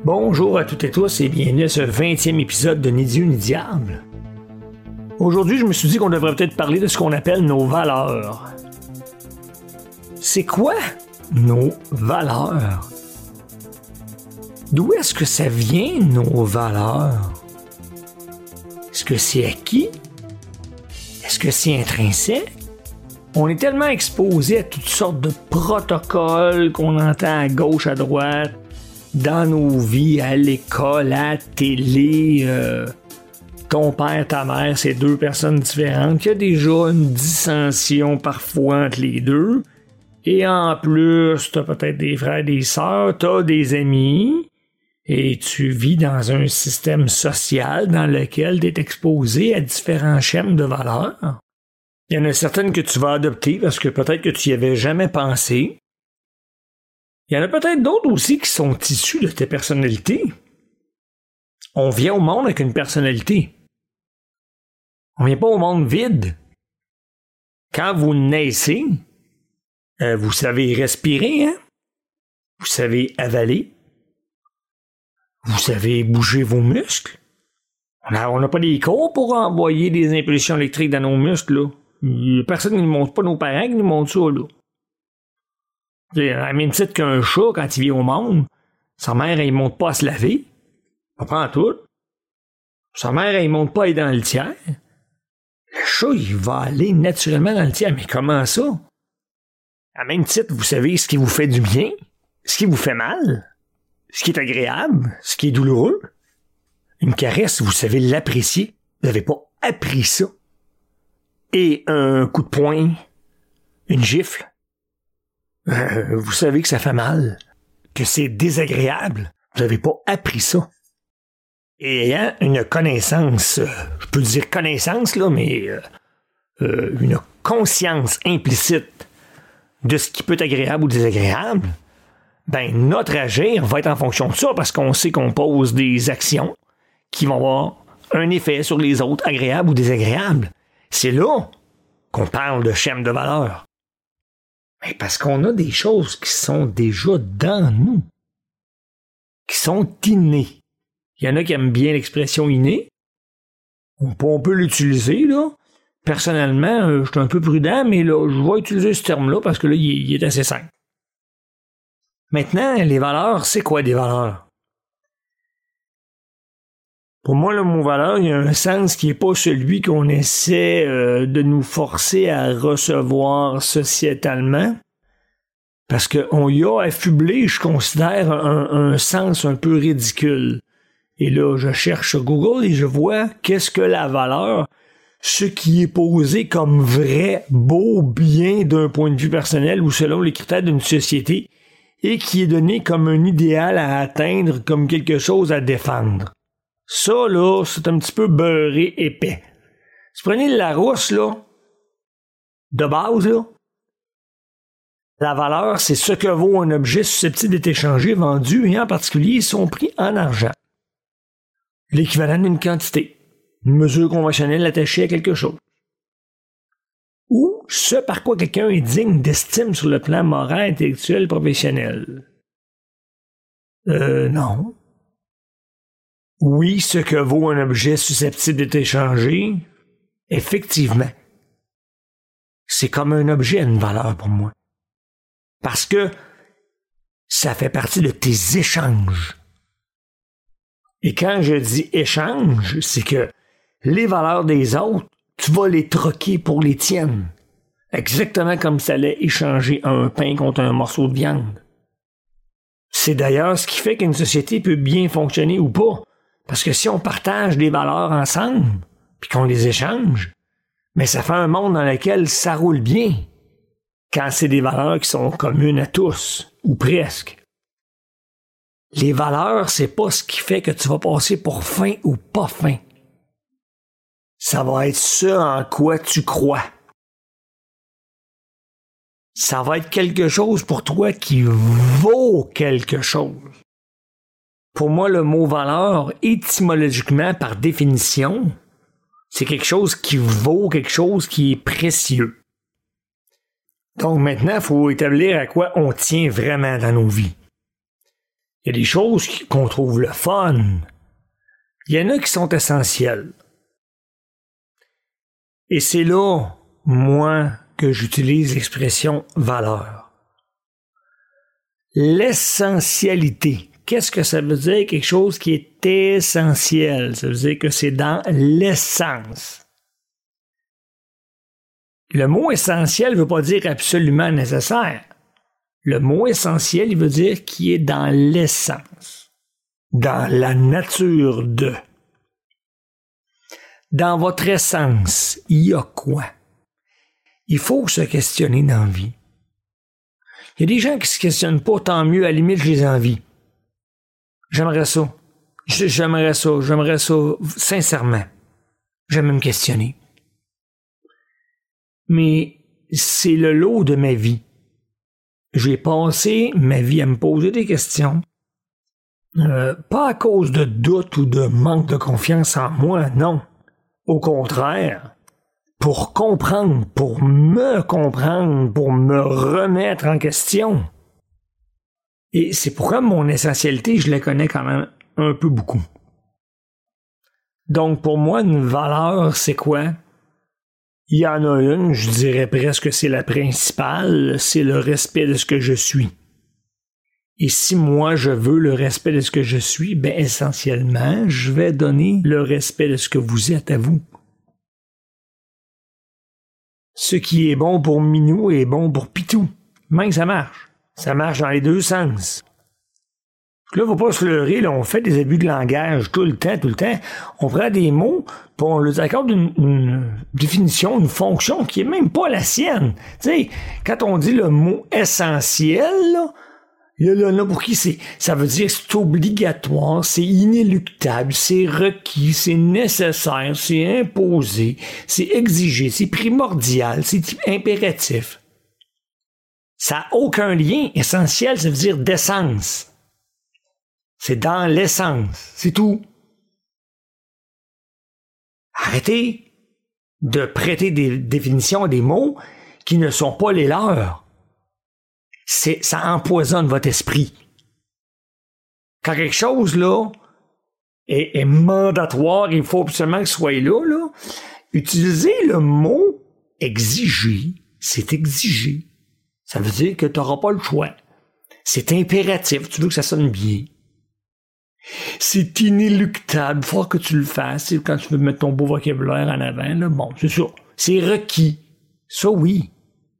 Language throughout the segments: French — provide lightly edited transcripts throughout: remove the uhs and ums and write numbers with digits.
Bonjour à toutes et tous et bienvenue à ce 20e épisode de Ni Dieu ni Diable. Aujourd'hui, je me suis dit qu'on devrait peut-être parler de ce qu'on appelle nos valeurs. C'est quoi nos valeurs? D'où est-ce que ça vient, nos valeurs? Est-ce que c'est acquis? Est-ce que c'est intrinsèque? On est tellement exposé à toutes sortes de protocoles qu'on entend à gauche, à droite, dans nos vies, à l'école, à la télé, ton père, ta mère, c'est deux personnes différentes, qu'il y a déjà une dissension parfois entre les deux. Et en plus, t'as peut-être des frères, des sœurs, t'as des amis, et tu vis dans un système social dans lequel t'es exposé à différents schèmes de valeurs. Il y en a certaines que tu vas adopter parce que peut-être que tu y avais jamais pensé. Il y en a peut-être d'autres aussi qui sont issus de ta personnalité. On vient au monde avec une personnalité. On vient pas au monde vide. Quand vous naissez, vous savez respirer, hein? Vous savez avaler. Vous savez bouger vos muscles. On n'a pas des cours pour envoyer des impulsions électriques dans nos muscles, là. Il y a personne qui ne montre pas nos parents qui nous montrent ça, là. À la même titre qu'un chat, quand il vient au monde, sa mère, elle ne monte pas à se laver. On prend tout. Sa mère, elle ne monte pas à aller dans le tiers. Le chat, il va aller naturellement dans le tiers. Mais comment ça? À la même titre, vous savez ce qui vous fait du bien, ce qui vous fait mal, ce qui est agréable, ce qui est douloureux. Une caresse, vous savez l'apprécier. Vous n'avez pas appris ça. Et un coup de poing, une gifle, vous savez que ça fait mal, que c'est désagréable. Vous n'avez pas appris ça. Et ayant une connaissance, je peux dire connaissance, là, mais une conscience implicite de ce qui peut être agréable ou désagréable, ben notre agir va être en fonction de ça parce qu'on sait qu'on pose des actions qui vont avoir un effet sur les autres, agréables ou désagréables. C'est là qu'on parle de schème de valeur. Mais parce qu'on a des choses qui sont déjà dans nous, qui sont innées. Il y en a qui aiment bien l'expression innée. On peut l'utiliser, là. Personnellement, je suis un peu prudent, mais là, je vais utiliser ce terme-là parce que là, il est assez simple. Maintenant, les valeurs, c'est quoi des valeurs? Pour moi, le mot valeur, il y a un sens qui n'est pas celui qu'on essaie de nous forcer à recevoir sociétalement. Parce qu'on y a affublé, je considère, un sens un peu ridicule. Et là, je cherche sur Google et je vois qu'est-ce que la valeur, ce qui est posé comme vrai, beau, bien d'un point de vue personnel ou selon les critères d'une société, et qui est donné comme un idéal à atteindre, comme quelque chose à défendre. Ça, là, c'est un petit peu beurré épais. Si vous prenez le Larousse, là, de base, là, la valeur, c'est ce que vaut un objet susceptible d'être échangé, vendu, et en particulier son prix en argent. L'équivalent d'une quantité, une mesure conventionnelle attachée à quelque chose. Ou ce par quoi quelqu'un est digne d'estime sur le plan moral, intellectuel, professionnel. Non. Oui, ce que vaut un objet susceptible d'être échangé, effectivement. C'est comme un objet à une valeur pour moi. Parce que ça fait partie de tes échanges. Et quand je dis échange, c'est que les valeurs des autres, tu vas les troquer pour les tiennes. Exactement comme ça allait échanger un pain contre un morceau de viande. C'est d'ailleurs ce qui fait qu'une société peut bien fonctionner ou pas. Parce que si on partage des valeurs ensemble, puis qu'on les échange, mais ça fait un monde dans lequel ça roule bien, quand c'est des valeurs qui sont communes à tous, ou presque. Les valeurs, c'est pas ce qui fait que tu vas passer pour fin ou pas fin. Ça va être ce en quoi tu crois. Ça va être quelque chose pour toi qui vaut quelque chose. Pour moi, le mot valeur, étymologiquement, par définition, c'est quelque chose qui vaut quelque chose qui est précieux. Donc maintenant, il faut établir à quoi on tient vraiment dans nos vies. Il y a des choses qu'on trouve le fun. Il y en a qui sont essentielles. Et c'est là, moi, que j'utilise l'expression valeur. L'essentialité. Qu'est-ce que ça veut dire? Quelque chose qui est essentiel. Ça veut dire que c'est dans l'essence. Le mot essentiel ne veut pas dire absolument nécessaire. Le mot essentiel, il veut dire qui est dans l'essence, dans la nature de. Dans votre essence, il y a quoi? Il faut se questionner dans la vie. Il y a des gens qui se questionnent pas, tant mieux, à la limite, je les envie. J'aimerais ça. J'aimerais ça, sincèrement. J'aime me questionner. Mais c'est le lot de ma vie. J'ai passé ma vie à me poser des questions. Pas à cause de doute ou de manque de confiance en moi, non. Au contraire, pour comprendre, pour me remettre en question. Et c'est pourquoi mon essentialité, je la connais quand même un peu beaucoup. Donc pour moi, une valeur, c'est quoi? Il y en a une, je dirais presque c'est la principale, c'est le respect de ce que je suis. Et si moi je veux le respect de ce que je suis, ben essentiellement, je vais donner le respect de ce que vous êtes à vous. Ce qui est bon pour Minou est bon pour Pitou. Même ça marche. Ça marche dans les deux sens. Là, faut pas se leurrer, là, on fait des abus de langage tout le temps. On prend des mots, puis on leur accorde une définition, une fonction qui est même pas la sienne. Tu sais, quand on dit le mot essentiel, là, pour qui ça veut dire c'est obligatoire, c'est inéluctable, c'est requis, c'est nécessaire, c'est imposé, c'est exigé, c'est primordial, c'est impératif. Ça n'a aucun lien. Essentiel, ça veut dire d'essence. C'est dans l'essence, c'est tout. Arrêtez de prêter des définitions à des mots qui ne sont pas les leurs. Ça empoisonne votre esprit. Quand quelque chose, là, est mandatoire, il faut absolument que ce soit là, utilisez le mot exiger, c'est exiger. Ça veut dire que tu n'auras pas le choix. C'est impératif, tu veux que ça sonne bien. C'est inéluctable, il faut que tu le fasses. Quand tu veux mettre ton beau vocabulaire en avant, là, bon, c'est ça. C'est requis. Ça, oui.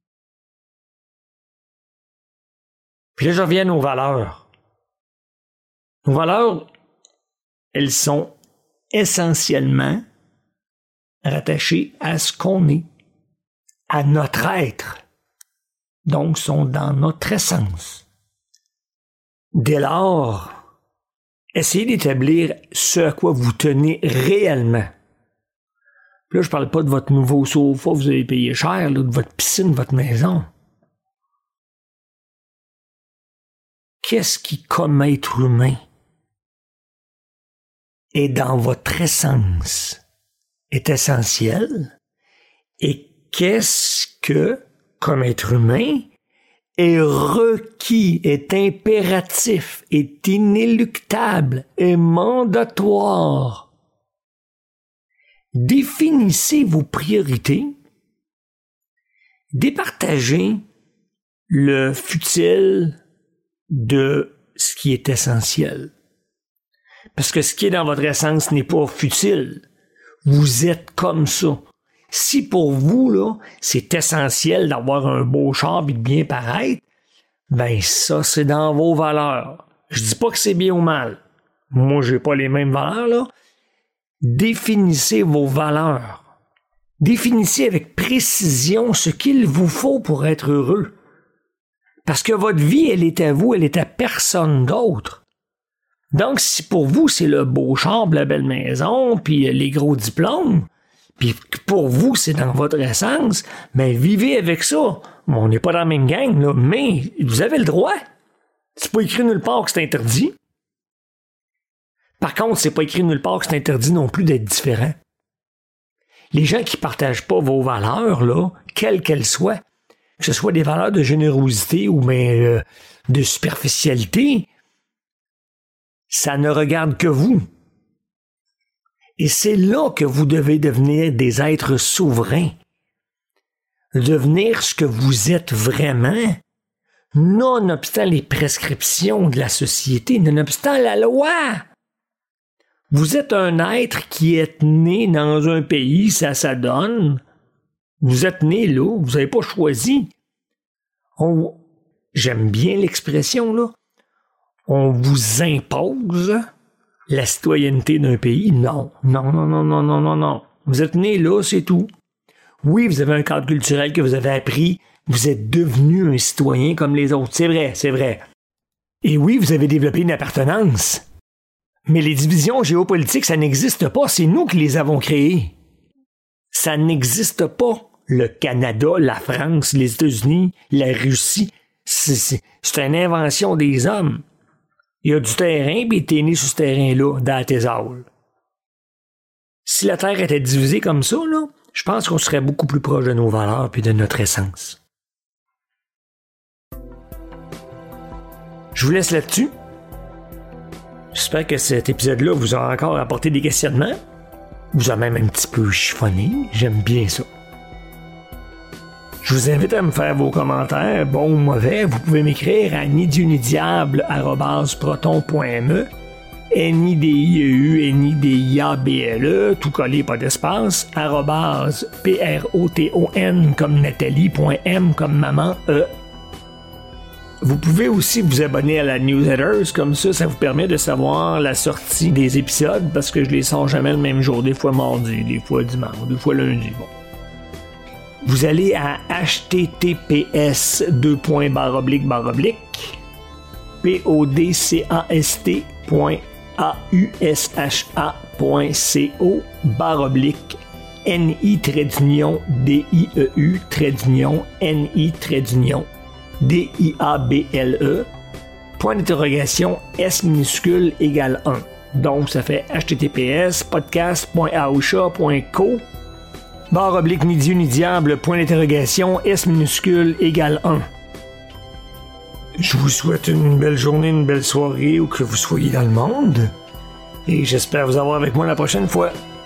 Puis là, je reviens aux valeurs. Nos valeurs, elles sont essentiellement rattachées à ce qu'on est, à notre être. Donc, sont dans notre essence. Dès lors, essayez d'établir ce à quoi vous tenez réellement. Puis là, je parle pas de votre nouveau sofa, vous avez payé cher, là, de votre piscine, de votre maison. Qu'est-ce qui, comme être humain, est dans votre essence, est essentiel? Et qu'est-ce que, comme être humain, est requis, est impératif, est inéluctable, est mandatoire? Définissez vos priorités, départagez le futile de ce qui est essentiel. Parce que ce qui est dans votre essence n'est pas futile. Vous êtes comme ça. Si pour vous, là, c'est essentiel d'avoir un beau char et de bien paraître, ben ça, c'est dans vos valeurs. Je dis pas que c'est bien ou mal. Moi, j'ai pas les mêmes valeurs, là. Définissez vos valeurs. Définissez avec précision ce qu'il vous faut pour être heureux. Parce que votre vie, elle est à vous, elle est à personne d'autre. Donc, si pour vous, c'est le beau char, la belle maison, puis les gros diplômes, puis pour vous, c'est dans votre essence, ben vivez avec ça. On n'est pas dans la même gang, là, mais vous avez le droit. C'est pas écrit nulle part que c'est interdit. Par contre, c'est pas écrit nulle part que c'est interdit non plus d'être différent. Les gens qui partagent pas vos valeurs, là, quelles qu'elles soient, que ce soit des valeurs de générosité ou de superficialité, Ça ne regarde que vous. Et c'est là que vous devez devenir des êtres souverains. Devenir ce que vous êtes vraiment, nonobstant les prescriptions de la société, nonobstant la loi. Vous êtes un être qui est né dans un pays, ça donne. Vous êtes né là, vous n'avez pas choisi. J'aime bien l'expression, là. On vous impose la citoyenneté d'un pays. Non. Vous êtes né là, c'est tout. Oui, vous avez un cadre culturel que vous avez appris. Vous êtes devenu un citoyen comme les autres. C'est vrai. Et oui, vous avez développé une appartenance. Mais les divisions géopolitiques, ça n'existe pas. C'est nous qui les avons créées. Ça n'existe pas. Le Canada, la France, les États-Unis, la Russie, c'est une invention des hommes. Il y a du terrain, puis t'es né sur ce terrain-là, dans tes âles. Si la Terre était divisée comme ça, là, je pense qu'on serait beaucoup plus proche de nos valeurs puis de notre essence. Je vous laisse là-dessus. J'espère que cet épisode-là vous a encore apporté des questionnements. Vous a même un petit peu chiffonné. J'aime bien ça. Je vous invite à me faire vos commentaires, bons ou mauvais. Vous pouvez m'écrire à nidiunidiable@proton.me, NIDIEU, tout collé, pas d'espace, @PROTON comme Nathalie.M comme maman E. Vous pouvez aussi vous abonner à la newsletter, comme ça vous permet de savoir la sortie des épisodes, parce que je les sors jamais le même jour, des fois mardi, des fois dimanche, des fois lundi, bon. Vous allez à https://podcast.AUSHA.co/NI-NI-DIABLE point d'interrogation S minuscule égale 1. Donc ça fait https://podcast.ausha.co /ni Dieu ni diable, point d'interrogation, S minuscule égale 1. Je vous souhaite une belle journée, une belle soirée, où que vous soyez dans le monde. Et j'espère vous avoir avec moi la prochaine fois.